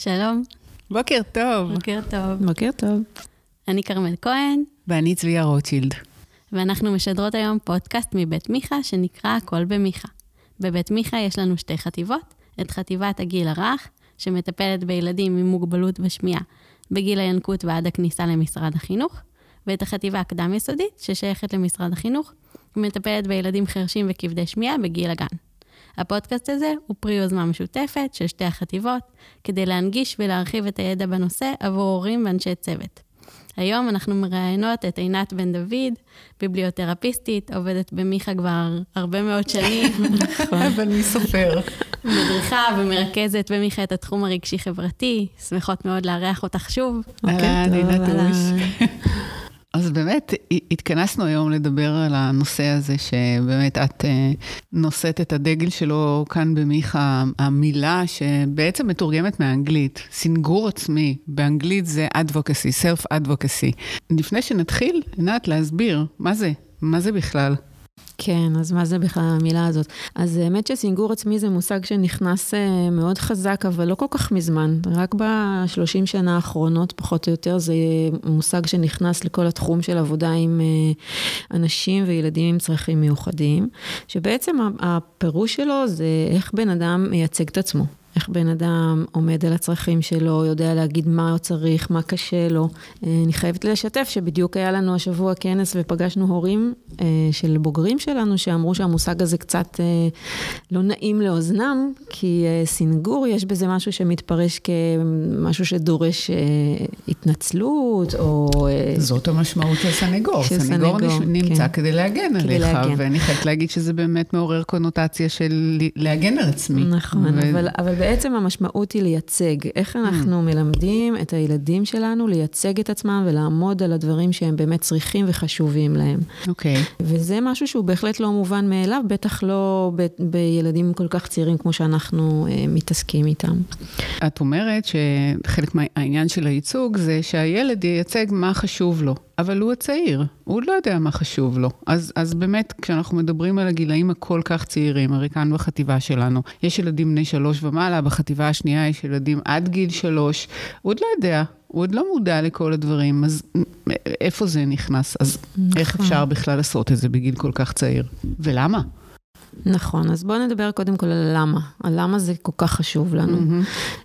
שלום. בוקר טוב. בוקר טוב. בוקר טוב. אני כרמל כהן. ואני צביה רוטשילד. ואנחנו משדרות היום פודקאסט מבית מיכה שנקרא הכל במיכה. בבית מיכה יש לנו 2 חטיבות, את חטיבת הגיל הרך, שמטפלת בילדים עם מוגבלות בשמיעה, בגיל הינקות ועד הכניסה למשרד החינוך, ואת החטיבה הקדם יסודית, ששייכת למשרד החינוך, ומטפלת בילדים חרשים וכבדי שמיעה בגיל הגן. הפודקאסט הזה הוא פרי יוזמה משותפת של 2 החטיבות, כדי להנגיש ולהרחיב את הידע בנושא עבור הורים ואנשי צוות. היום אנחנו מראיינות את עינת בן דוד, ביבליותרפיסטית, עובדת במיכה כבר הרבה מאוד שנים. אבל מי סופר? מדריכה ומרכזת במיכה את התחום הרגשי-חברתי. שמחות מאוד לארח אותך שוב. עינת רוש. אז באמת התכנסנו היום לדבר על הנושא הזה, שבאמת את נושאת את הדגל שלו כאן במיכה, המילה שבעצם מתורגמת מאנגלית, סינגור עצמי, באנגלית זה advocacy, self-advocacy. לפני שנתחיל, עינת, להסביר, מה זה בכלל? כן, אז מה זה בכלל המילה הזאת? אז האמת שסינגור עצמי זה מושג שנכנס מאוד חזק, אבל לא כל כך מזמן. רק ב30 שנה האחרונות, פחות או יותר, זה מושג שנכנס לכל התחום של עבודה עם אנשים וילדים עם צרכים מיוחדים, שבעצם הפירוש שלו זה איך בן אדם מייצג את עצמו. איך בן אדם עומד על הצרכים שלו, יודע להגיד מה הוא צריך, מה קשה לו. אני חייבת לשתף שבדיוק היה לנו השבוע כנס ופגשנו הורים של בוגרים שלנו שאמרו שהמושג הזה קצת לא נעים לאוזנם, כי סינגור יש בזה משהו שמתפרש כמשהו שדורש התנצלות או... זאת המשמעות של סנגור. סנגור נמצא כדי להגן עליך, ואני חייבת להגיד שזה באמת מעורר קונוטציה של להגן על עצמי. נכון, אבל בעצם המשמעות היא לייצג. איך אנחנו מלמדים את הילדים שלנו לייצג את עצמם ולעמוד על הדברים שהם באמת צריכים וחשובים להם. אוקיי. וזה משהו שהוא בהחלט לא מובן מאליו, בטח לא בילדים כל כך צעירים כמו שאנחנו מתעסקים איתם. את אומרת שחלק מהעניין של הייצוג זה שהילד ייצג מה חשוב לו. אבל הוא הצעיר, הוא לא יודע מה חשוב לו. אז באמת, כשאנחנו מדברים על הגילאים הכל כך צעירים, הרי כאן בחטיבה שלנו, יש ילדים בני 3 ומעלה, בחטיבה השנייה יש ילדים עד גיל 3, הוא עוד לא יודע, הוא עוד לא מודע לכל הדברים, אז איפה זה נכנס? אז איך אפשר בכלל לעשות את זה בגיל כל כך צעיר? ולמה? נכון, אז בואו נדבר קודם כל על למה. על למה זה כל כך חשוב לנו.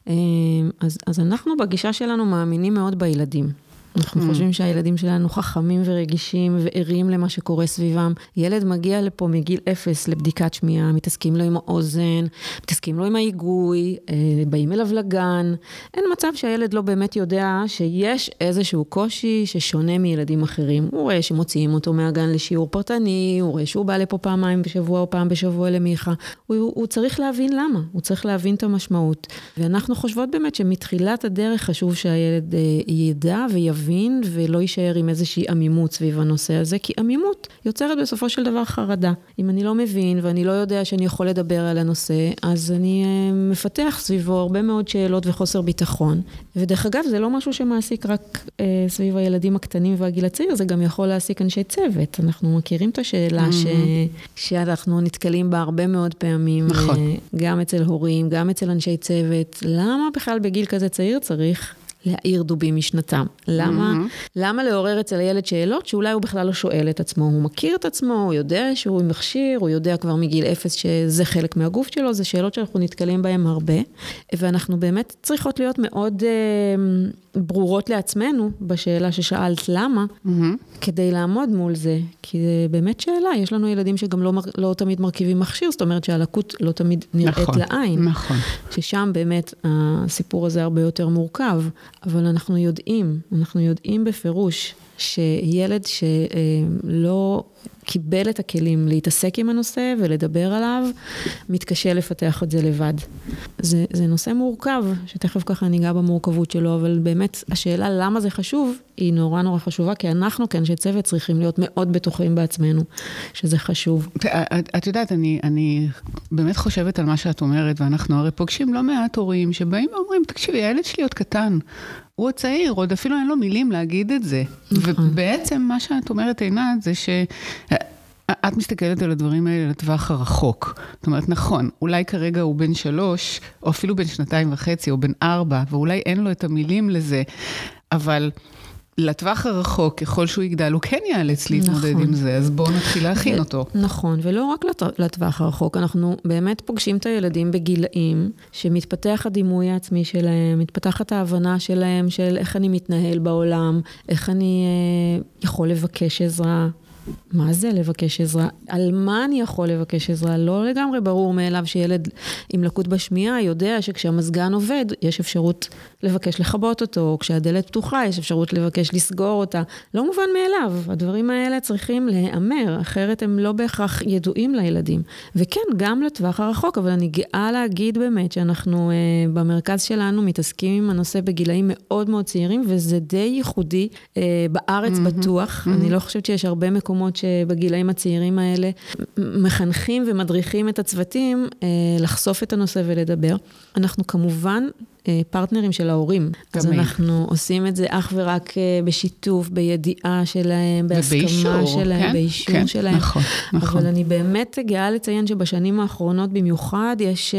אז אנחנו בגישה שלנו מאמינים מאוד בילדים. אנחנו חושבים שהילדים שלנו חכמים ורגישים וערים למה שקורה סביבם. ילד מגיע לפה מגיל 0 לבדיקת שמיעה, מתעסקים לו עם האוזן, מתעסקים לו עם ההיגוי, באים אליו לגן. אין מצב שהילד לא באמת יודע שיש איזשהו קושי ששונה מילדים אחרים. הוא רואה שמוציאים אותו מהגן לשיעור פרטני, הוא רואה שהוא בא לפה פעמיים בשבוע או פעם בשבוע למיכה. הוא צריך להבין למה, הוא צריך להבין את המשמעות. ואנחנו חושבות באמת שמתחילת הדרך חשוב שהילד ידע ויבין ולא יישאר עם איזושהי עמימות סביב הנושא הזה, כי עמימות יוצרת בסופו של דבר חרדה. אם אני לא מבין ואני לא יודע שאני יכול לדבר על הנושא, אז אני מפתח סביבו הרבה מאוד שאלות וחוסר ביטחון. ודרך אגב, זה לא משהו שמעסיק רק סביב הילדים הקטנים והגיל הצעיר, זה גם יכול להעסיק אנשי צוות. אנחנו מכירים את השאלה שאנחנו נתקלים בה הרבה מאוד פעמים, גם אצל הורים, גם אצל אנשי צוות. למה בכלל בגיל כזה צעיר צריך להעיר דובים משנתם? למה לעורר אצל הילד שאלות שאולי הוא בכלל לא שואל את עצמו? הוא מכיר את עצמו, הוא יודע שהוא מכשיר, הוא יודע כבר מגיל 0 שזה חלק מהגוף שלו, זה שאלות שאנחנו נתקלים בהן הרבה, ואנחנו באמת צריכות להיות מאוד ברורות לעצמנו בשאלה ששאלת למה, כדי לעמוד מול זה, כי זה באמת שאלה. יש לנו ילדים שגם לא תמיד מרכיבים מכשיר, זאת אומרת שהלקות לא תמיד נראית לעין. נכון. ששם באמת הסיפור הזה הרבה יותר מורכב, אבל אנחנו יודעים בפירוש שילד שלא קיבל את הכלים להתעסק עם הנושא ולדבר עליו, מתקשה לפתח את זה לבד. זה נושא מורכב, שתכף ככה ניגע במורכבות שלו, אבל באמת השאלה למה זה חשוב, היא נורא נורא חשובה, כי אנחנו כאנשי צוות צריכים להיות מאוד בטוחים בעצמנו, שזה חשוב. את יודעת, אני באמת חושבת על מה שאת אומרת, ואנחנו הרי פוגשים לא מעט הורים שבאים ואומרים, תקשיבי, הילד שלי עוד קטן, הוא עוד צעיר, עוד אפילו אין לו מילים להגיד את זה. ובעצם מה שאת אומרת עינת זה את מסתכלת על הדברים האלה לטווח הרחוק. זאת אומרת, נכון, אולי כרגע הוא בן 3, או אפילו בן 2.5, או בן 4, ואולי אין לו את המילים לזה, אבל לטווח הרחוק, ככל שהוא יגדל, הוא כן יאלץ להתמודד עם זה, אז בואו נתחיל להכין אותו. נכון, ולא רק לטווח הרחוק, אנחנו באמת פוגשים את הילדים בגילאים, שמתפתח הדימוי העצמי שלהם, מתפתחת ההבנה שלהם, של איך אני מתנהל בעולם, איך אני יכול לבקש עזרה. מה זה לבקש עזרה? על מה אני יכול לבקש עזרה? לא לגמרי ברור מאליו שילד עם לקות בשמיעה יודע שכשהמזגן עובד, יש אפשרות לבקש לחבות אותו, או כשהדלת פתוחה, יש אפשרות לבקש לסגור אותה. לא מובן מאליו. הדברים האלה צריכים להיאמר, אחרת הם לא בהכרח ידועים לילדים. וכן, גם לטווח הרחוק, אבל אני גאה להגיד באמת שאנחנו במרכז שלנו מתעסקים עם הנושא בגילאים מאוד מאוד צעירים, וזה די ייחודי בארץ בטוח. אני לא חושבת שיש הרבה מקומות שבגילאים הצעירים האלה מחנכים ומדריכים את הצוותים לחשוף את הנושא ולדבר. אנחנו כמובן פרטנרים של ההורים. אז אנחנו עושים את זה אך ורק בשיתוף, בידיעה שלהם, בהסכמה שלהם, באישור שלהם. נכון. אבל אני באמת גאה לציין שבשנים האחרונות במיוחד יש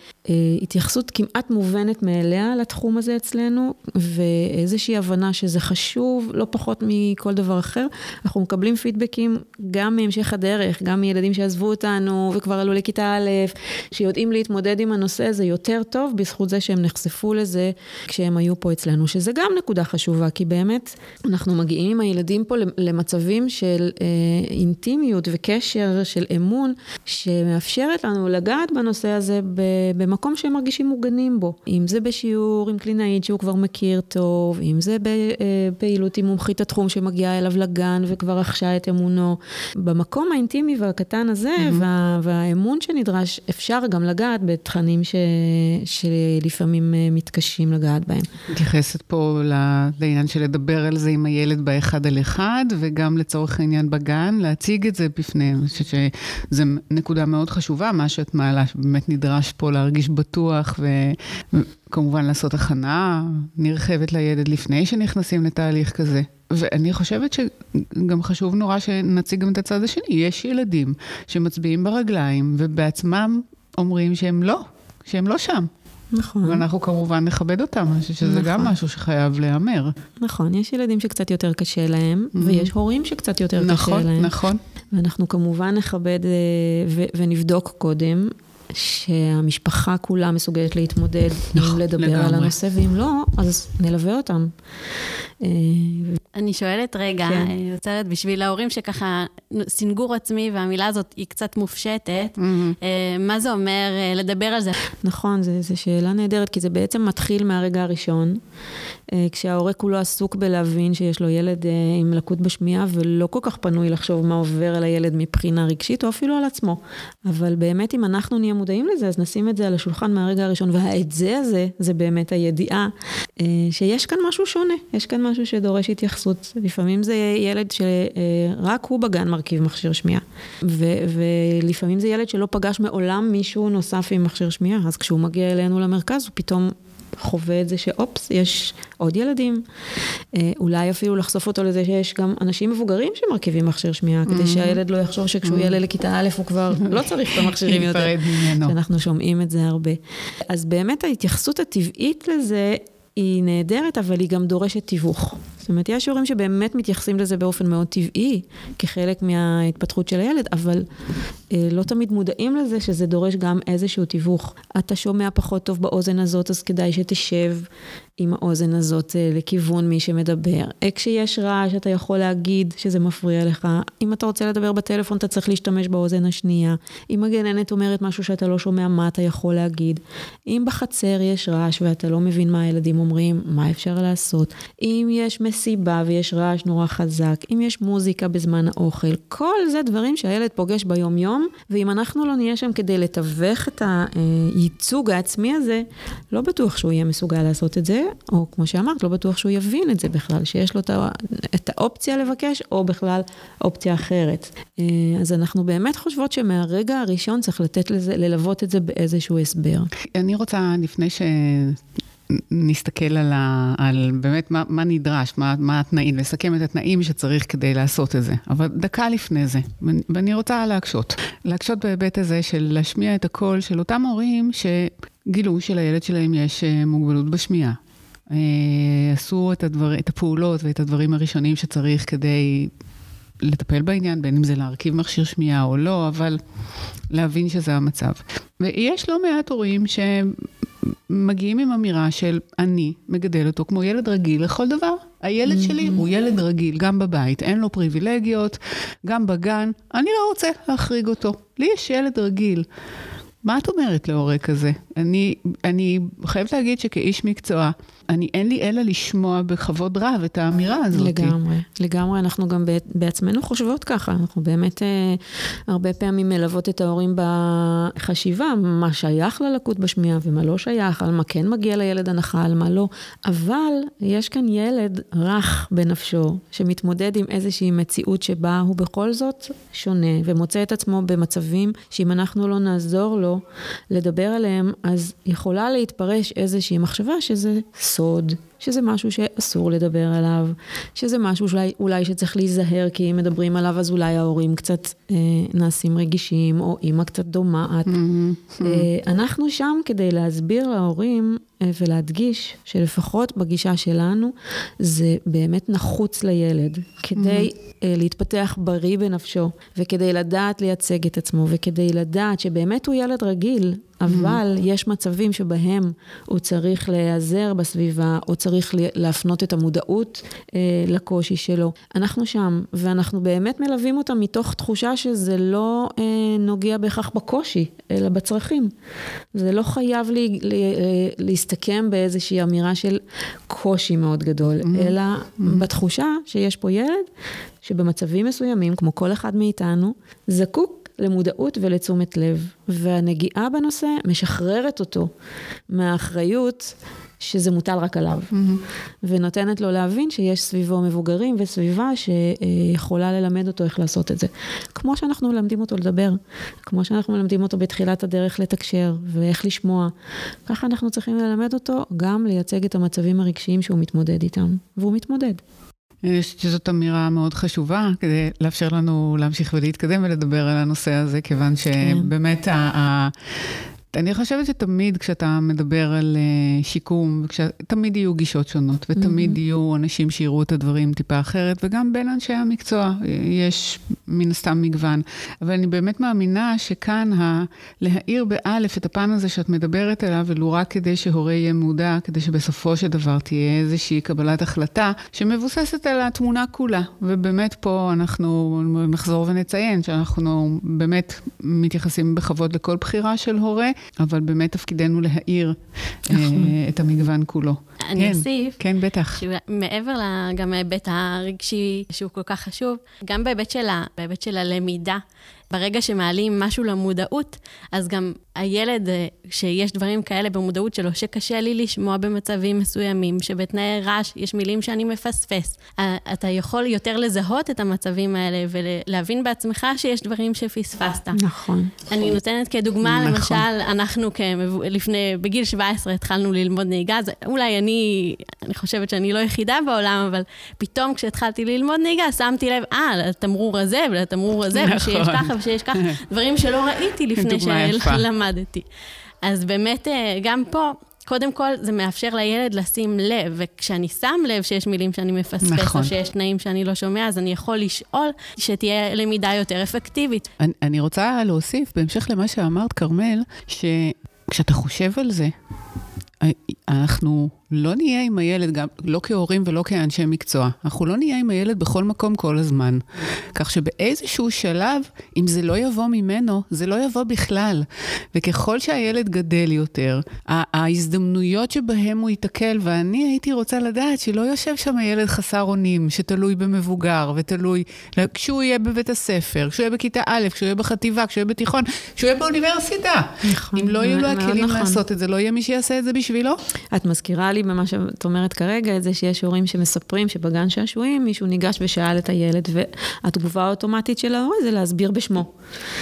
התייחסות כמעט מובנת מאליה לתחום הזה אצלנו, ואיזושהי הבנה שזה חשוב, לא פחות מכל דבר אחר. אנחנו מקבלים פידבקים גם מהמשך הדרך, גם מילדים שעזבו אותנו וכבר עלו לכיתה א', שיודעים להתמודד עם הנושא הזה יותר טוב, בזכות זה שהם נחשפו לזה כשהם היו פה אצלנו, שזה גם נקודה חשובה, כי באמת אנחנו מגיעים עם הילדים פה למצבים של אינטימיות וקשר של אמון, שמאפשרת לנו לגעת בנושא הזה במקום שהם מרגישים מוגנים בו. אם זה בשיעור עם קלינאית שהוא כבר מכיר טוב, אם זה בפעילות עם מומחית התחום שמגיעה אליו לגן וכבר רכשה את אמונו. במקום האינטימי והקטן הזה והאמון שנדרש, אפשר גם לגעת בתכנים שלפעמים מתקשים לגעת בהם. מתייחסת פה לעניין של לדבר על זה עם הילד באחד על אחד, וגם לצורך העניין בגן, להציג את זה בפניהם. אני חושבת שזו נקודה מאוד חשובה, מה שאת מעלה, שבאמת נדרש פה להרגיש בטוח, וכמובן לעשות הכנה נרחבת לילד לפני שנכנסים לתהליך כזה. ואני חושבת שגם חשוב נורא שנציג גם את הצד השני. יש ילדים שמצביעים ברגליים, ובעצמם אומרים שהם לא שם. נכון. ואנחנו כמובן נכבד אותם, אני חושבת שזה גם משהו שחייב להיאמר. נכון, יש ילדים שקצת יותר קשה להם, ויש הורים שקצת יותר קשה להם. נכון. ואנחנו כמובן נכבד ונבדוק קודם, שהמשפחה כולה מסוגלת להתמודד, אם לדבר על הנושא, ואם לא, אז נלווה אותם. אני שואלת רגע, אני רוצה בשביל ההורים שככה סינגור עצמי, והמילה הזאת היא קצת מופשטת, מה זה אומר לדבר על זה? נכון, זו שאלה נהדרת, כי זה בעצם מתחיל מהרגע הראשון, כשההורה כולו עסוק בלהבין שיש לו ילד עם לקות בשמיעה, ולא כל כך פנוי לחשוב מה עובר על הילד מבחינה רגשית, או אפילו על עצמו. אבל באמת אם אנחנו נהיה מודעים לזה, אז נשים את זה על השולחן מהרגע הראשון, והאת זה באמת הידיעה, שיש כאן משהו שונה, יש כאן משהו שדורש התייחסות. לפעמים זה ילד שרק הוא בגן מרכיב מכשיר שמיעה, ולפעמים זה ילד שלא פגש מעולם מישהו נוסף עם מכשיר שמיעה, אז כשהוא מגיע אלינו למרכז, הוא פתאום חווה את זה שאופס, יש עוד ילדים. אולי אפילו לחשוף אותו לזה שיש גם אנשים מבוגרים שמרכיבים מכשיר שמיעה, כדי שהילד לא יחשוב שכשהוא יעלה לכיתה א' הוא כבר לא צריך את המכשירים יותר. שאנחנו שומעים את זה הרבה. אז באמת ההתייחסות הטבעית לזה היא נהדרת, אבל היא גם דורשת תיווך. זאת אומרת, יש הורים שבאמת מתייחסים לזה באופן מאוד טבעי, כחלק מההתפתחות של הילד, אבל לא תמיד מודעים לזה שזה דורש גם איזשהו תיווך. אתה שומע פחות טוב באוזן הזאת, אז כדאי שתשב עם האוזן הזאת לכיוון מי שמדבר. כשיש רעש, אתה יכול להגיד שזה מפריע לך. אם אתה רוצה לדבר בטלפון, אתה צריך להשתמש באוזן השנייה. אם הגננת אומרת משהו שאתה לא שומע, מה אתה יכול להגיד? אם בחצר יש רעש ואתה לא מבין מה הילדים אומרים, מה אפשר לעשות? אם יש מסיבה ויש רעש נורא חזק, אם יש מוזיקה בזמן האוכל, כל זה דברים שהילד פוגש ביום יום, ואם אנחנו לא נהיה שם כדי לתווך את הייצוג העצמי הזה, לא בטוח שהוא יהיה מסוגל לעשות את זה, או כמו שאמרת, לא בטוח שהוא יבין את זה בכלל, שיש לו את האופציה לבקש, או בכלל אופציה אחרת. אז אנחנו באמת חושבות שמהרגע הראשון צריך לתת לזה, ללוות את זה באיזשהו הסבר. אני רוצה, לפני נסתכל על באמת מה נדרש, מה התנאים, לסכם את התנאים שצריך כדי לעשות את זה. אבל דקה לפני זה, ואני רוצה להקשות בהיבט הזה של להשמיע את הקול של אותם הורים שגילו שלילד שלהם יש מוגבלות בשמיעה. עשו את הפעולות ואת הדברים הראשונים שצריך כדי לטפל בעניין, בין אם זה להרכיב מכשיר שמיעה או לא, אבל להבין שזה המצב. ויש לא מעט הורים שמגיעים עם אמירה של אני מגדל אותו כמו ילד רגיל לכל דבר. הילד שלי הוא ילד רגיל, גם בבית, אין לו פריבילגיות, גם בגן, אני לא רוצה להחריג אותו. לי יש ילד רגיל. מה את אומרת להורה כזה? אני חייבת להגיד שכאיש מקצוע, אין לי אלא לשמוע בכבוד רב את האמירה הזאת. לגמרי, אנחנו גם בעצמנו חושבות ככה, אנחנו באמת הרבה פעמים מלוות את ההורים בחשיבה, מה שייך ללקות בשמיעה ומה לא שייך, על מה כן מגיע לילד הנחה, על מה לא, אבל יש כאן ילד רך בנפשו, שמתמודד עם איזושהי מציאות שבה הוא בכל זאת שונה, ומוצא את עצמו במצבים שאם אנחנו לא נעזור לו לדבר עליהם, אז יכולה להתפרש איזושהי מחשבה שזה סוד, שזה משהו שאסור לדבר עליו, שזה משהו אולי שצריך להיזהר, כי אם מדברים עליו, אז אולי ההורים קצת נעשים רגישים, או אמא קצת דומעת. אנחנו שם כדי להסביר להורים ולהדגיש שלפחות בגישה שלנו, זה באמת נחוץ לילד, כדי להתפתח בריא בנפשו, וכדי לדעת לייצג את עצמו, וכדי לדעת שבאמת הוא ילד רגיל, אבל יש מצבים שבהם הוא צריך להיעזר בסביבה, או צריך להפנות את המודעות לקושי שלו. אנחנו שם, ואנחנו באמת מלווים אותם מתוך תחושה שזה לא נוגע בהכרח בקושי, אלא בצרכים. זה לא חייב להסתכם באיזושהי אמירה של קושי מאוד גדול, אלא בתחושה שיש פה ילד, שבמצבים מסוימים, כמו כל אחד מאיתנו, זקוק למודעות ולתשומת לב, והנגיעה בנושא משחררת אותו מהאחריות שזה מוטל רק עליו, ונותנת לו להבין שיש סביבו מבוגרים וסביבה שיכולה ללמד אותו איך לעשות את זה. כמו שאנחנו מלמדים אותו לדבר, כמו שאנחנו מלמדים אותו בתחילת הדרך לתקשר ואיך לשמוע, ככה אנחנו צריכים ללמד אותו גם לייצג את המצבים הרגשיים שהוא מתמודד איתם, והוא מתמודד. אני חושבת שזאת אמירה מאוד חשובה, כדי לאפשר לנו להמשיך ולהתקדם ולדבר על הנושא הזה, כיוון שבאמת אני חושבת שתמיד כשאתה מדבר על שיקום, תמיד יהיו גישות שונות, ותמיד יהיו אנשים שיראו את הדברים טיפה אחרת, וגם בין אנשי המקצוע יש מן הסתם מגוון. אבל אני באמת מאמינה שכאן להאיר באלף את הפן הזה שאת מדברת עליו, ולו רק כדי שהורה יהיה מודע, כדי שבסופו של דבר תהיה איזושהי קבלת החלטה, שמבוססת על התמונה כולה. ובאמת פה אנחנו נחזור ונציין, שאנחנו באמת מתייחסים בכבוד לכל בחירה של הורה, אבל באמת תפקידנו להאיר את המגוון כולו. אני אוסיף. כן, בטח. מעבר גם מההיבט הרגשי שהוא כל כך חשוב, גם בהיבט של הלמידה, ברגע שמעלים משהו למודעות, אז גם הילד שיש דברים כאלה במודעות שלו, שקשה לי לשמוע במצבים מסוימים, שבתנאי רעש יש מילים שאני מפספס. אתה יכול יותר לזהות את המצבים האלה, ולהבין בעצמך שיש דברים שפספסת. נכון. אני נותנת כדוגמה, למשל, אנחנו בגיל 17 התחלנו ללמוד נהיגה, אז אולי אני חושבת שאני לא יחידה בעולם, אבל פתאום כשהתחלתי ללמוד נהיגה, שמתי לב, לתמרור הזה ולתמרור הזה, ושיש ככה ושיש ככה, דברים שלא ראיתי לפני שלמדתי. אז באמת, גם פה, קודם כל, זה מאפשר לילד לשים לב, וכשאני שם לב שיש מילים שאני מפספס, או שיש תנאים שאני לא שומע, אז אני יכול לשאול שתהיה למידה יותר אפקטיבית. אני רוצה להוסיף, בהמשך למה שאמרת, כרמל, שכשאתה חושב על זה, אנחנו לא נהיה עם הילד, גם לא כהורים ולא כאנשי מקצוע. אנחנו לא נהיה עם הילד בכל מקום כל הזמן. כך שבאיזשהו שלב, אם זה לא יבוא ממנו, זה לא יבוא בכלל. וככל שהילד גדל יותר, ההזדמנויות שבהם הוא יתקל, ואני הייתי רוצה לדעת שלא יושב שם הילד חסר אונים, שתלוי במבוגר, ותלוי כשהוא יהיה בבית הספר, כשהוא יהיה בכיתה א', כשהוא יהיה בחטיבה, כשהוא יהיה בתיכון, כשהוא יהיה באוניברסיטה. אם לא יהיו לו הכלים לעשות את זה, לא יהיה מי שיעשה את זה בשבילו? את מזכירה לי לי במה שאת אומרת כרגע, את זה שיש הורים שמספרים שבגן שעשועים, מישהו ניגש ושאל את הילד, והתגובה האוטומטית של ההורה זה להסביר בשמו.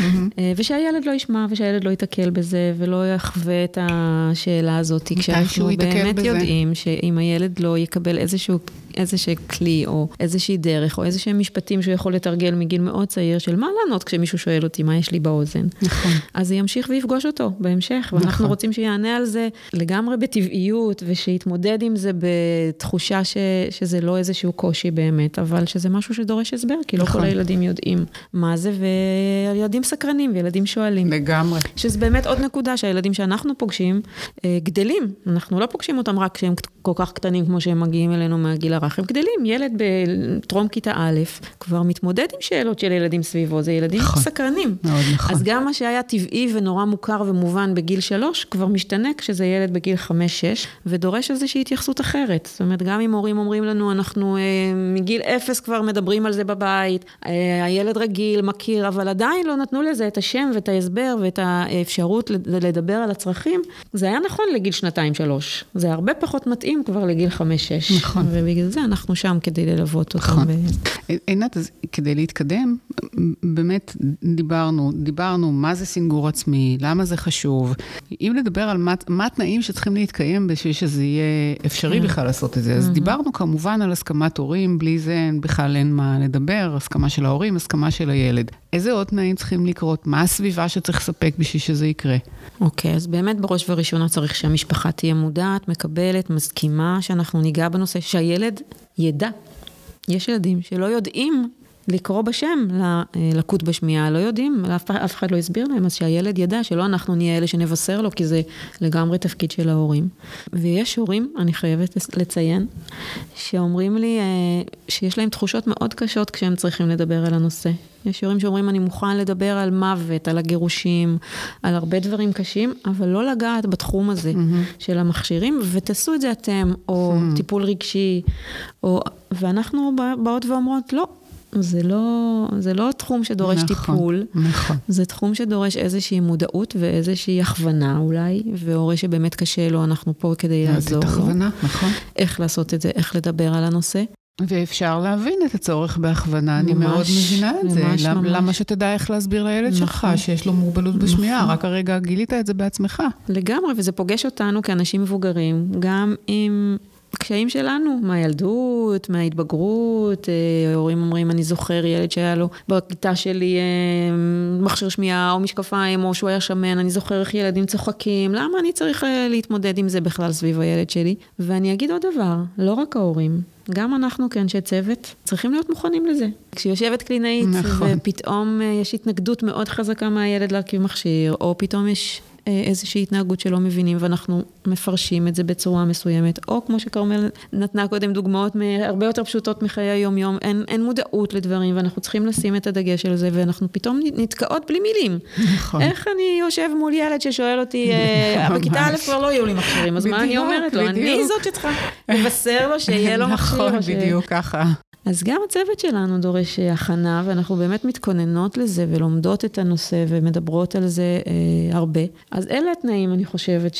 ושהילד לא ישמע, ושהילד לא יתקל בזה, ולא יחווה את השאלה הזאת, כשאנחנו באמת יודעים שאם הילד לא יקבל איזשהו כלי, או איזושהי דרך, או איזשהם משפטים שהוא יכול לתרגל מגיל מאוד צעיר, של מה לענות כשמישהו שואל אותי מה יש לי באוזן. נכון. אז זה ימשיך ויפגוש אותו בהמשך, ואנחנו רוצים שיענה על זה לגמרי בטבעיות, ושיתמודד עם זה בתחושה שזה לא איזשהו קושי באמת, אבל שזה משהו שדורש הסבר, כי לא כל הילדים יודעים מה זה, וילדים סקרנים, וילדים שואלים. לגמרי. שזה באמת עוד נקודה, שהילדים שאנחנו פוגשים, גדלים. אנחנו לא פוגשים אותם רק כשהם כל כך קטנים, כמו שהם מגיעים אלינו מהגיל הרך, הם גדלים. ילד בטרום כיתה א', כבר מתמודד עם שאלות של ילדים סביבו, זה ילדים סקרנים. מאוד נכון. אז גם מה שהיה טבעי ונורא מוכר ומובן בגיל 3, כבר משתנה כשזה ילד בגיל 5-6, ודורש איזושהי התייחסות אחרת. זאת אומרת, גם אם הורים אומרים לנו, אנחנו מגיל 0 כבר מדברים על זה בבית, הילד רגיל, מכיר, אבל עדיין לא נתנו לזה את השם ואת ההסבר ואת האפשרות לדבר על הצרכים. זה היה נכון לגיל 2-3. זה הרבה פחות מתאים כבר לגיל 5-6. נכון. ובגלל זה אנחנו שם כדי ללוות אותם. נכון. עינת, אז כדי להתקדם, באמת דיברנו מה זה סינגור עצמי, למה זה חשוב. אם נדבר על מה התנאים שצריכים להתקיים בשביל שזה יהיה אפשרי בכלל לעשות את זה. אז דיברנו כמובן על הסכמת הורים, בלי זה בכלל אין מה לדבר, הסכמה של ההורים, הסכמה של הילד. איזה עוד תנאים צריכים לקרות? מה הסביבה שצריך לספק בשביל שזה יקרה? אוקיי, אז באמת בראש וראשונה צריך שהמשפחה תהיה מודעת, מקבלת, מסכימה, שאנחנו ניגע בנושא, שהילד ידע. יש ילדים שלא יודעים לקרוא בשם לקות בשמיעה, לא יודעים, אף אחד לא הסביר להם, אז שהילד ידע שלא אנחנו נהיה אלה שנבשר לו, כי זה לגמרי תפקיד של ההורים. ויש הורים, אני חייבת לציין, שאומרים לי שיש להם תחושות מאוד קשות כשהם צריכים לדבר על הנושא. יש הורים שאומרים, אני מוכן לדבר על מוות, על הגירושים, על הרבה דברים קשים, אבל לא לגעת בתחום הזה של המכשירים, ותעשו את זה אתם, או טיפול רגשי, ואנחנו באות ואומרות, לא. זה לא תחום שדורש טיפול, זה תחום שדורש איזושהי מודעות ואיזושהי הכוונה אולי, והורה שבאמת קשה לו, אנחנו פה כדי לעזור לו. איך לעשות את זה, איך לדבר על הנושא. ואפשר להבין את הצורך בהכוונה, אני מאוד מבינה את זה. למה שתדע איך להסביר לילד שלך, שיש לו מוגבלות בשמיעה, רק הרגע גילית את זה בעצמך. לגמרי, וזה פוגש אותנו כאנשים מבוגרים, גם עם קשיים שלנו, מהילדות, מההתבגרות, הורים אומרים, אני זוכר ילד שהיה לו בכיתה שלי מכשיר שמיעה או משקפיים, או שהוא היה שמן, אני זוכר איך ילדים צוחקים, למה אני צריך להתמודד עם זה בכלל סביב הילד שלי? ואני אגיד עוד דבר, לא רק ההורים, גם אנחנו כאנשי צוות צריכים להיות מוכנים לזה. כשיושבת קלינאית ופתאום יש התנגדות מאוד חזקה מהילד להרכיב מכשיר, או פתאום יש איזושהי התנהגות שלא מבינים, ואנחנו מפרשים את זה בצורה מסוימת, או כמו שכרמל נתנה קודם דוגמאות הרבה יותר פשוטות מחיי היום-יום, אין מודעות לדברים, ואנחנו צריכים לשים את הדגש על זה, ואנחנו פתאום נתקעות בלי מילים. נכון. איך אני יושב מול ילד ששואל אותי, בכיתה א' כבר לא יהיו לי מכשירים, אז מה אני אומרת לו? אני זאת שצריכה לבשר לו שיהיה לו מכשיר. נכון, בדיוק ככה. אז גם הצוות שלנו דורש הכנה, ואנחנו באמת מתכוננות לזה, ולומדות את הנושא, ומדברות על זה הרבה. אז אלה התנאים, אני חושבת,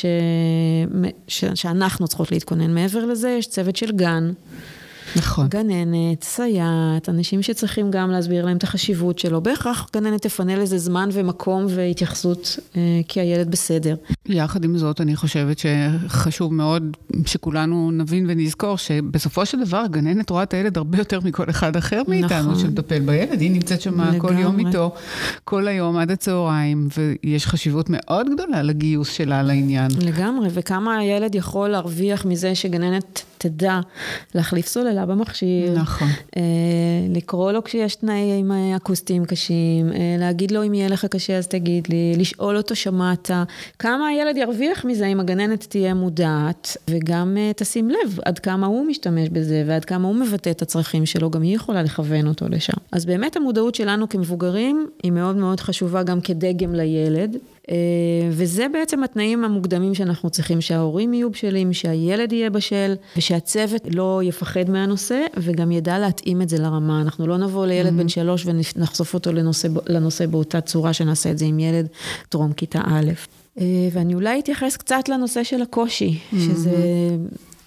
שאנחנו צריכות להתכונן. מעבר לזה, יש צוות של גן. נכון. גננת, סייעת, אנשים שצריכים גם להסביר להם את החשיבות שלו. בהכרח גננת תפנה לזה זמן ומקום והתייחסות, כי הילד בסדר. יחד עם זאת, אני חושבת שחשוב מאוד שכולנו נבין ונזכור שבסופו של דבר גננת רואה את הילד הרבה יותר מכל אחד אחר מאיתנו שמטפל בילד. היא נמצאת שם כל יום איתו, כל היום עד הצהריים, ויש חשיבות מאוד גדולה לגיוס שלה לעניין. לגמרי, וכמה הילד יכול להרוויח מזה שגננת תדע להחליף סוללה במכשיר. נכון. לקרוא לו כשיש תנאים אקוסטיים קשים, להגיד לו אם יהיה לך קשה אז תגיד לי, לשאול אותו שמעת, כמה הילד ירוויח מזה אם הגננת תהיה מודעת, וגם תשים לב עד כמה הוא משתמש בזה, ועד כמה הוא מבטא את הצרכים שלו, גם היא יכולה לכוון אותו לשם. אז באמת המודעות שלנו כמבוגרים היא מאוד מאוד חשובה גם כדגם לילד, וזה בעצם התנאים המוקדמים שאנחנו צריכים שההורים יהיו בשלים, שהילד יהיה בשל, ושהצוות לא יפחד מהנושא, וגם ידע להתאים את זה לרמה. אנחנו לא נבוא לילד בן 3 ונחשוף אותו לנושא באותה צורה שנעשה את זה עם ילד טרום כיתה א'. ואני אולי אתייחס קצת לנושא של הקושי, שזה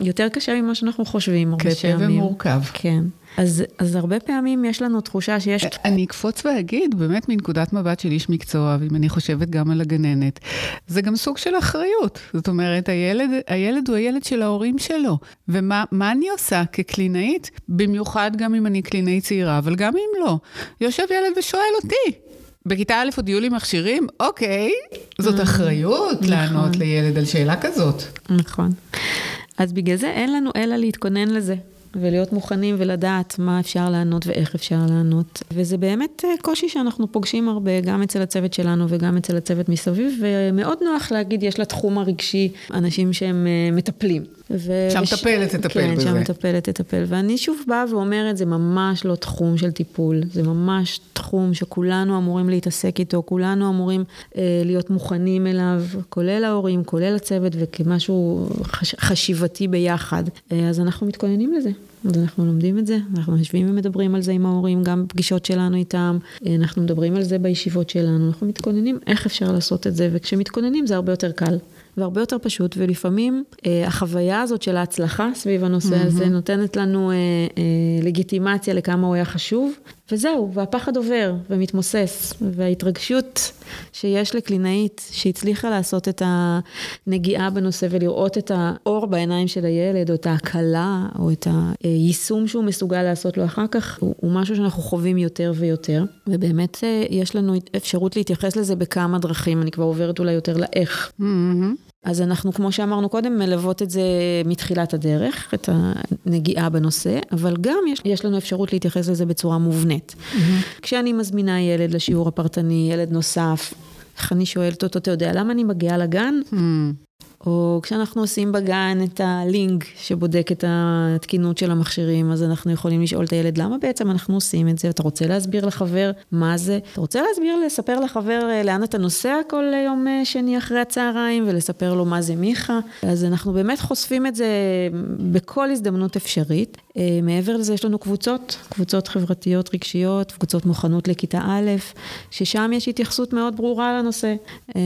יותר קשה ממה שאנחנו חושבים הרבה קשה פעמים. ומורכב. כן. אז הרבה פעמים יש לנו תחושה שיש... אני אקפוץ ואגיד, באמת מנקודת מבט של איש מקצוע, ואם אני חושבת גם על הגננת, זה גם סוג של אחריות. זאת אומרת, הילד הוא הילד של ההורים שלו. ומה אני עושה כקלינאית? במיוחד גם אם אני קלינאית צעירה, אבל גם אם לא. יושב ילד ושואל אותי. בכיתה א' עוד יהיו לי מכשירים? אוקיי, זאת אחריות לענות לילד על שאלה כזאת. נכון. אז בגלל זה אין לנו אלא להתכונן לזה. ולהיות מוכנים ולדעת מה אפשר לענות ואיך אפשר לענות. וזה באמת קושי שאנחנו פוגשים הרבה, גם אצל הצוות שלנו וגם אצל הצוות מסביב, ומאוד נוח להגיד, יש לתחום הרגשי אנשים שהם מטפלים. שהמטפלת תטפל כן, בזה. שהמטפלת תטפל. ואני שוב באה ואומרת, זה ממש לא תחום של טיפול, זה ממש תחום שכולנו אמורים להתעסק איתו, כולנו אמורים להיות מוכנים אליו, כולל ההורים, כולל הצוות, וכמשהו חשיבתי ביחד. אז אנחנו מתכוננים לזה. אז אנחנו לומדים את זה, אנחנו יושבים ומדברים על זה עם ההורים, גם פגישות שלנו איתם, אנחנו מדברים על זה בישיבות שלנו, אנחנו מתכוננים איך אפשר לעשות את זה, וכשמתכוננים זה הרבה יותר קל. והרבה יותר פשוט, ולפעמים החוויה הזאת של ההצלחה סביב הנושא הזה נותנת לנו לגיטימציה לכמה הוא היה חשוב, וזהו, והפחד עובר ומתמוסס, וההתרגשות שיש לקלינאית שהצליחה לעשות את הנגיעה בנושא ולראות את האור בעיניים של הילד, או את ההקלה, או את היישום שהוא מסוגל לעשות לו אחר כך, הוא משהו שאנחנו חווים יותר ויותר, ובאמת יש לנו אפשרות להתייחס לזה בכמה דרכים, אני כבר עוברת אולי יותר לאיך. אז אנחנו, כמו שאמרנו קודם, מלוות את זה מתחילת הדרך, את הנגיעה בנושא, אבל גם יש לנו אפשרות להתייחס לזה בצורה מובנית. כשאני מזמינה ילד לשיעור הפרטני, ילד נוסף, איך אני שואלת אותו, אתה יודע, למה אני מגיעה לגן? או כשאנחנו עושים בגן את הלינק שבודק את התקינות של המכשירים, אז אנחנו יכולים לשאול את הילד, למה בעצם אנחנו עושים את זה? אתה רוצה להסביר לחבר מה זה? אתה רוצה לספר לחבר לאן אתה נוסע כל יום שני אחרי הצהריים, ולספר לו מה זה מיכה? אז אנחנו באמת חושפים את זה בכל הזדמנות אפשרית. מעבר לזה יש לנו קבוצות חברתיות רגשיות, קבוצות מוכנות לכיתה א', ששם יש התייחסות מאוד ברורה לנושא.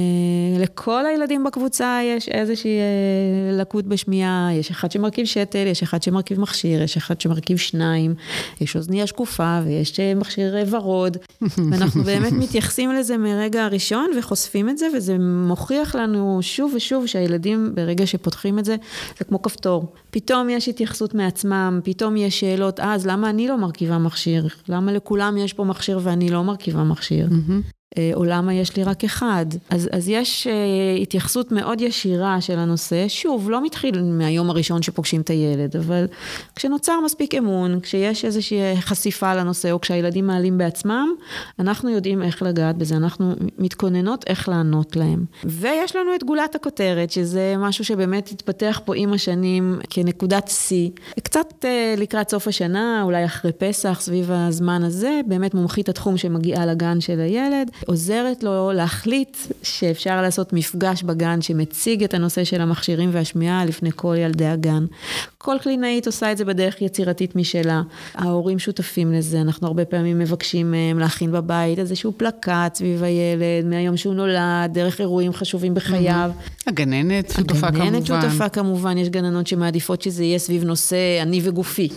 לכל הילדים בקבוצה יש איזושהי לקות בשמיעה, יש אחד שמרכיב שתל, יש אחד שמרכיב מכשיר, יש אחד שמרכיב 2, יש אוזניה שקופה ויש מכשיר ורוד, ואנחנו באמת מתייחסים לזה מרגע הראשון וחושפים את זה, וזה מוכיח לנו שוב ושוב שהילדים ברגע שפותחים את זה, זה כמו כפתור. פתאום יש התייחסות מעצמם, פתאום יש שאלות, אז למה אני לא מרכיבה מכשיר? למה לכולם יש פה מכשיר ואני לא מרכיבה מכשיר? או למה יש לי רק אחד. אז יש התייחסות מאוד ישירה של הנושא, שוב, לא מתחיל מהיום הראשון שפוגשים את הילד, אבל כשנוצר מספיק אמון, כשיש איזושהי חשיפה לנושא, או כשהילדים מעלים בעצמם, אנחנו יודעים איך לגעת בזה, אנחנו מתכוננות איך לענות להם. ויש לנו את גולת הכותרת, שזה משהו שבאמת התפתח פה עם השנים כנקודת C, קצת לקראת סוף השנה, אולי אחרי פסח, סביב הזמן הזה, באמת מומחית התחום שמגיעה לגן של הילד, עוזרת לו להחליט שאפשר לעשות מפגש בגן שמציג את הנושא של המכשירים והשמיעה לפני כל ילדי הגן. כל קלינאית עושה את זה בדרך יצירתית משלה. ההורים שותפים לזה, אנחנו הרבה פעמים מבקשים מהם להכין בבית איזשהו פלקט סביב הילד, מהיום שהוא נולד, דרך אירועים חשובים בחייו. הגננת שותפה כמובן. הגננת שותפה כמובן, יש גננות שמעדיפות שזה יהיה סביב נושא אני וגופי.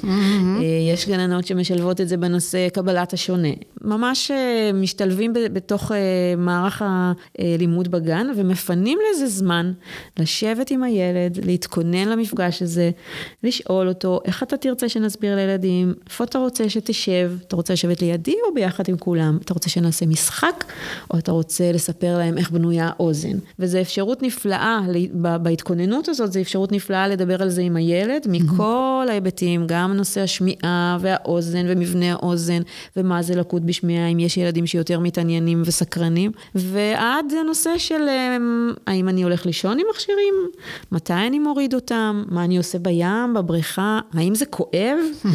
יש גננות שמשלבות את זה בנושא קבלת השונה. ממש משתלבים בתוך מערך הלימוד בגן, ומפנים לזה זמן לשבת עם הילד, להתכונן למפגש הזה, לשאול אותו, איך אתה תרצה שנסביר לילדים, איפה אתה רוצה שתשב, אתה רוצה לשבת לידי או ביחד עם כולם, אתה רוצה שנעשה משחק, או אתה רוצה לספר להם איך בנויה האוזן. וזו אפשרות נפלאה, בהתכוננות הזאת, זו אפשרות נפלאה לדבר על זה עם הילד, מכל ההיבטים, גם נושא השמיעה והאוזן ומבנה האוזן, ומה זה לקות בשמיעה, אם יש ילדים שיותר מתעניינים וסקרנים, ועד הנושא של האם אני הולך לישון עם מכשירים, מתי אני מוריד אותם, מה אני עושה בים, בבריכה, האם זה כואב,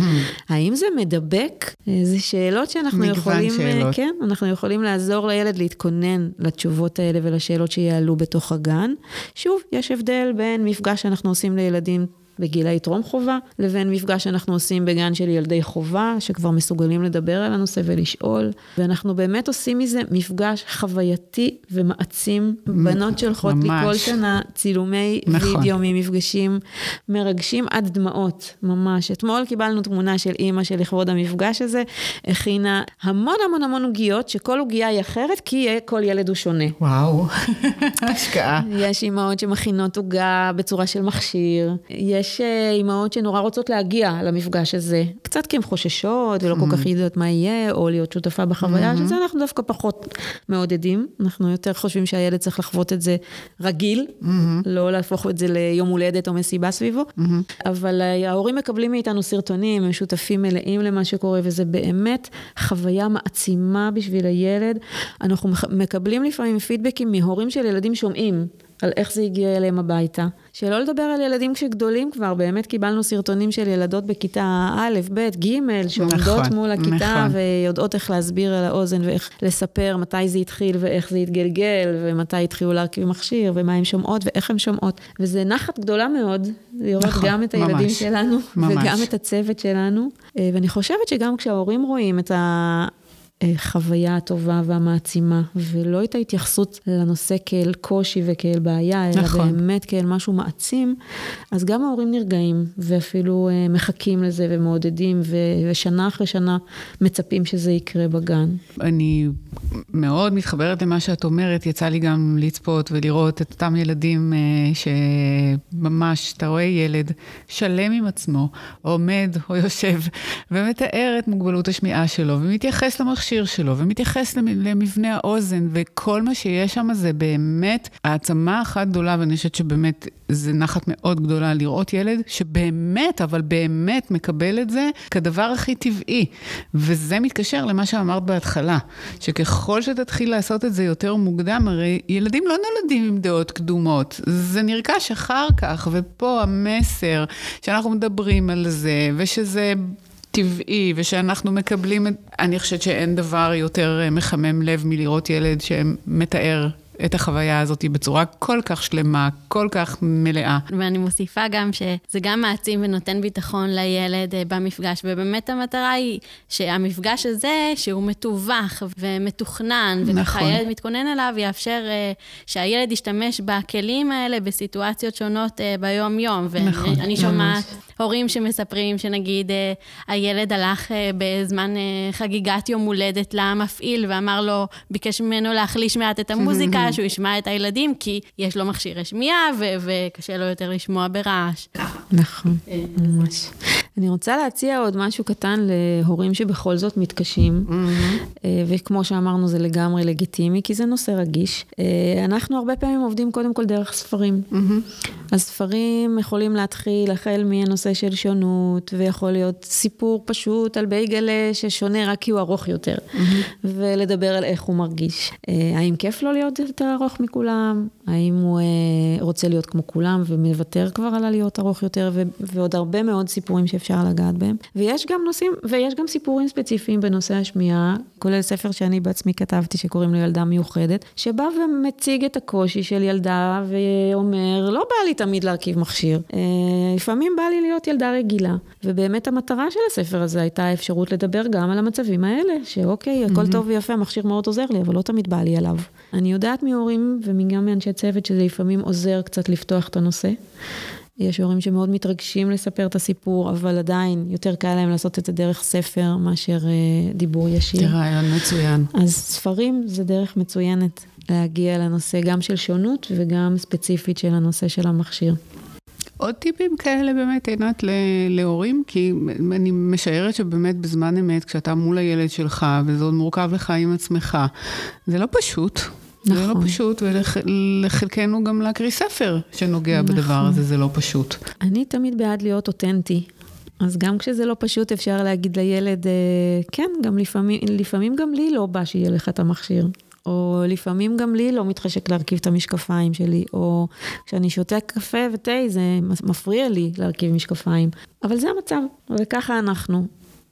האם זה מדבק, זה שאלות שאנחנו יכולים, כן, אנחנו יכולים לעזור לילד להתכונן לתשובות האלה ולשאלות שיעלו בתוך הגן. שוב, יש הבדל בין מפגש שאנחנו עושים לילדים בגילי טרום חובה, לבין מפגש שאנחנו עושים בגן של ילדי חובה, שכבר מסוגלים לדבר על הנושא ולשאול, ואנחנו באמת עושים מזה מפגש חווייתי ומעצים. בנות שולחות לי כל שנה צילומי וידאו ממפגשים מרגשים עד דמעות, ממש. אתמול קיבלנו תמונה של אימא שלכבוד המפגש הזה, הכינה המון המון המון עוגיות, שכל עוגיה היא אחרת, כי כל ילד הוא שונה. וואו, השקעה. יש אימהות שמכינות עוגה בצורה של מכשיר, יש אימהות שנורא רוצות להגיע למפגש הזה, קצת כי הן חוששות ולא כל כך יודעות מה יהיה, או להיות שותפה בחוויה, שזה אנחנו דווקא פחות מעודדים, אנחנו יותר חושבים שהילד צריך לחוות את זה רגיל, לא להפוך את זה ליום הולדת או מסיבה סביבו, אבל ההורים מקבלים מאיתנו סרטונים, הם שותפים מלאים למה שקורה, וזה באמת חוויה מעצימה בשביל הילד. אנחנו מקבלים לפעמים פידבקים מהורים של ילדים שומעים, על איך זה הגיע אליהם הביתה. שלא לדבר על ילדים כשגדולים כבר, באמת קיבלנו סרטונים של ילדות בכיתה א', ב', ג', שעומדות מול הכיתה, ויודעות איך להסביר על האוזן, ואיך לספר מתי זה התחיל, ואיך זה התגלגל, ומתי התחילו להרכיב מכשיר, ומה הן שומעות, ואיך הן שומעות. וזה נחת גדולה מאוד, לראות גם את הילדים שלנו, וגם את הצוות שלנו. ואני חושבת שגם כשההורים רואים את חוויה הטובה והמעצימה, ולא את ההתייחסות לנושא כאל קושי וכאל בעיה, אלא באמת כאל משהו מעצים, אז גם ההורים נרגעים, ואפילו מחכים לזה ומעודדים, ושנה אחרי שנה מצפים שזה יקרה בגן. אני מאוד מתחברת למה שאת אומרת, יצא לי גם לצפות ולראות את אותם ילדים שממש, אתה רואה ילד שלם עם עצמו, עומד או יושב, ומתאר את מוגבלות השמיעה שלו, ומתייחס למכשיר שלו, ומתייחס למבנה האוזן, וכל מה שיש שם זה באמת העצמה אחת גדולה, ואני חושבת שבאמת זה נחת מאוד גדולה לראות ילד שבאמת, אבל באמת מקבל את זה כדבר הכי טבעי. וזה מתקשר למה שאמרת בהתחלה, שככל שתתחיל לעשות את זה יותר מוקדם, הרי ילדים לא נולדים עם דעות קדומות, זה נרכש אחר כך, ופה המסר שאנחנו מדברים על זה, ושזה טבעי, ושאנחנו מקבלים, אני חושבת שאין דבר יותר מחמם לב מלראות ילד שמתאר את החוויה הזאת בצורה כל כך שלמה, כל כך מלאה. ואני מוסיפה גם שזה גם מעצים ונותן ביטחון לילד במפגש, ובאמת המטרה היא שהמפגש הזה, שהוא מתווך ומתוכנן, וככה הילד מתכונן אליו, יאפשר שהילד ישתמש בכלים האלה בסיטואציות שונות ביום-יום. ואני שומעת הורים שמספרים שנגיד הילד הלך בזמן חגיגת יום הולדת למפעיל, ואמר לו, ביקש ממנו להחליש מעט את המוזיקה, שהוא ישמע את הילדים, כי יש לו מכשיר שמיעה, וקשה לו יותר לשמוע ברעש. נכון, ממש. אני רוצה להציע עוד משהו קטן להורים שבכל זאת מתקשים, וכמו שאמרנו זה לגמרי לגיטימי, כי זה נושא רגיש. אנחנו הרבה פעמים עובדים קודם כל דרך ספרים. הספרים יכולים להתחיל החל מהנושא של שונות, ויכול להיות סיפור פשוט על בייגלה ששונה רק כי הוא ארוך יותר, ולדבר על איך הוא מרגיש. האם כיף לו להיות יותר ארוך מכולם? האם הוא רוצה להיות כמו כולם ומוותר כבר על להיות ארוך יותר, ועוד הרבה מאוד סיפורים שאפשר לגעת בהם. ויש גם נושאים, ויש גם סיפורים ספציפיים בנושא השמיעה, כולל ספר שאני בעצמי כתבתי שקוראים לו ילדה מיוחדת, שבא ומציג את הקושי של ילדה ואומר, לא בא לי תמיד להרכיב מכשיר. לפעמים בא לי להיות ילדה רגילה. ובאמת המטרה של הספר הזה הייתה האפשרות לדבר גם על המצבים האלה, שאוקיי, הכל טוב ויפה, המכשיר מאוד עוזר לי, אבל לא תמיד בא לי עליו. אני יודעת מהורים וגם מאנשי צוות שזה לפעמים עוזר קצת לפתוח את הנושא. יש הורים שמאוד מתרגשים לספר את הסיפור, אבל עדיין יותר קל להם לעשות את זה דרך ספר מאשר דיבור ישיר. זה רעיון מצוין. אז ספרים זה דרך מצוינת להגיע לנושא גם של שונות וגם ספציפית של הנושא של המכשיר. עוד טיפים כאלה באמת, עינת, להורים, כי אני משערת שבאמת בזמן אמת, כשאתה מול הילד שלך, וזה עוד מורכב לך עם עצמך, זה לא פשוט. נכון. זה לא פשוט, ולחלקנו גם להקריא ספר שנוגע נכון. בדבר הזה, זה לא פשוט. אני תמיד בעד להיות אותנטי. אז גם כשזה לא פשוט, אפשר להגיד לילד, כן, גם לפעמים גם לי לא בא שיהיה לך את המכשיר. או לפעמים גם לי לא מתחשק להרכיב את המשקפיים שלי, או כשאני שותה קפה ותה, זה מפריע לי להרכיב משקפיים. אבל זה המצב, וככה אנחנו.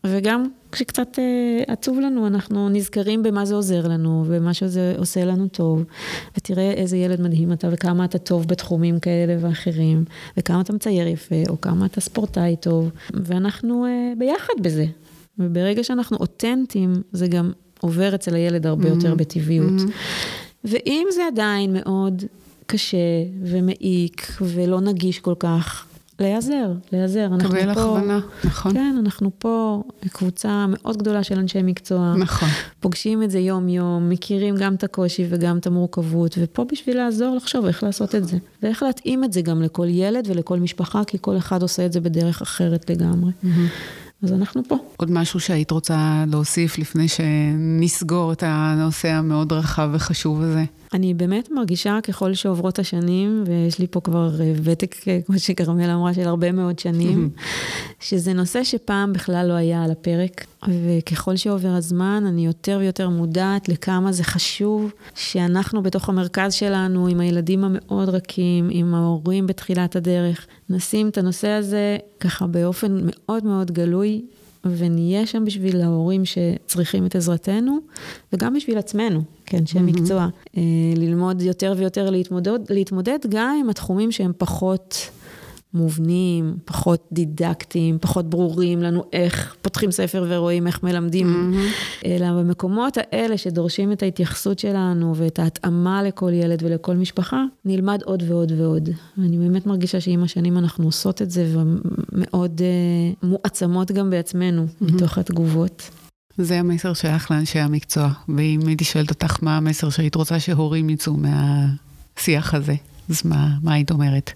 וגם כשקצת עצוב לנו, אנחנו נזכרים במה זה עוזר לנו, ומה שזה עושה לנו טוב, ותראה איזה ילד מדהים אתה, וכמה אתה טוב בתחומים כאלה ואחרים, וכמה אתה מצייר יפה, או כמה אתה ספורטאי טוב, ואנחנו ביחד בזה. וברגע שאנחנו אותנטיים, זה גם עובר אצל הילד הרבה יותר בטבעיות. ואם זה עדיין מאוד קשה ומעיק, ולא נגיש כל כך, להיעזר. קבל הכוונה, נכון. כן, אנחנו פה קבוצה מאוד גדולה של אנשי מקצוע. נכון. פוגשים את זה יום-יום, מכירים גם את הקושי וגם את המורכבות, ופה בשביל לעזור לחשוב איך לעשות את זה. ואיך להתאים את זה גם לכל ילד ולכל משפחה, כי כל אחד עושה את זה בדרך אחרת לגמרי. אז אנחנו פה. עוד משהו שהיית רוצה להוסיף לפני שנסגור את הנושא המאוד רחב וחשוב הזה? אני באמת מרגישה ככל שעוברות השנים, ויש לי פה כבר ותק, כמו שכרמל אמרה, של הרבה מאוד שנים, שזה נושא שפעם בכלל לא היה על הפרק, וככל שעובר הזמן, אני יותר ויותר מודעת לכמה זה חשוב, שאנחנו בתוך המרכז שלנו, עם הילדים המאוד רכים, עם ההורים בתחילת הדרך, נשים את הנושא הזה ככה באופן מאוד מאוד גלוי, ונהיה שם בשביל ההורים שצריכים את עזרתנו, וגם בשביל עצמנו, כן, שהם מקצוע. ללמוד יותר ויותר להתמודד גם עם התחומים שהם פחות מובנים, פחות דידקטיים, פחות ברורים לנו איך פותחים ספר ורואים איך מלמדים, אלא במקומות האלה שדורשים את ההתייחסות שלנו ואת ההתאמה לכל ילד ולכל משפחה, נלמד עוד ועוד ועוד. אני באמת מרגישה שעם השנים אנחנו עושות את זה ומאוד מועצמות גם בעצמנו מתוך התגובות. זה המסר שלך לאנשי המקצוע, ואם הייתי שואלת אותך מה המסר שהיית רוצה שהורים יצאו מהשיח הזה, אז מה היית אומרת?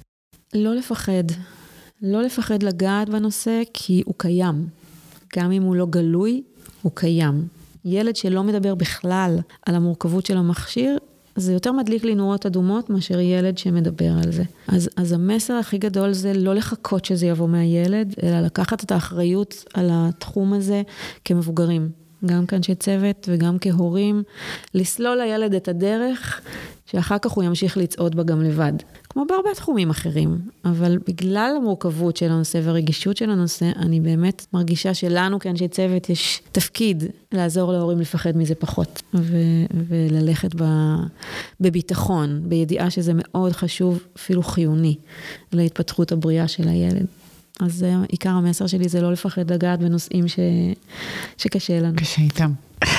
לא לפחד לגעת בנושא, כי הוא קיים. גם אם הוא לא גלוי, הוא קיים. ילד שלא מדבר בכלל על המורכבות של המכשיר, זה יותר מדליק לי נורות אדומות מאשר ילד שמדבר על זה. אז המסר הכי גדול זה לא לחכות שזה יבוא מהילד, אלא לקחת את האחריות על התחום הזה כמבוגרים. גם כאנשי צוות וגם כהורים, לסלול לילד את הדרך, שאחר כך הוא ימשיך לצעוד בה גם לבד. כמו בהרבה תחומים אחרים, אבל בגלל המורכבות של הנושא והרגישות של הנושא, אני באמת מרגישה שלנו כאנשי צוות יש תפקיד לעזור להורים לפחד מזה פחות, וללכת בביטחון, בידיעה שזה מאוד חשוב, אפילו חיוני, להתפתחות הבריאה של הילד. אז עיקר המסר שלי זה לא לפחד לגעת בנושאים שקשה לנו. קשה איתם.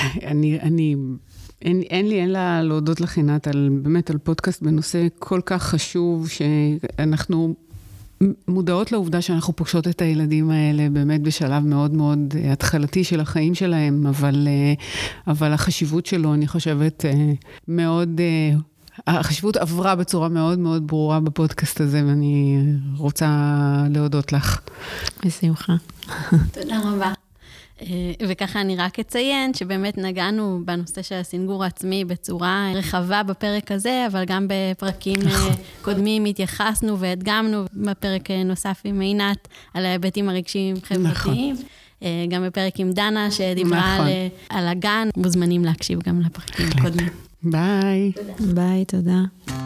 אין לי אלא להודות לך, עינת, באמת על פודקאסט בנושא כל כך חשוב, שאנחנו מודעות לעובדה שאנחנו פוגשות את הילדים האלה באמת בשלב מאוד מאוד התחלתי של החיים שלהם, אבל החשיבות שלו, אני חושבת, מאוד... החשיבות עברה בצורה מאוד מאוד ברורה בפודקאסט הזה, ואני רוצה להודות לך. בשמחה. תודה רבה. וככה אני רק אציין שבאמת נגענו בנושא של הסינגור העצמי בצורה רחבה בפרק הזה, אבל גם בפרקים קודמים התייחסנו והדגמנו בפרק נוסף עם עינת על ההיבטים הרגשיים חברתיים. גם בפרק עם דנה שדיברה על הגן, מוזמנים להקשיב גם לפרקים קודמים. ביי. ביי, תודה.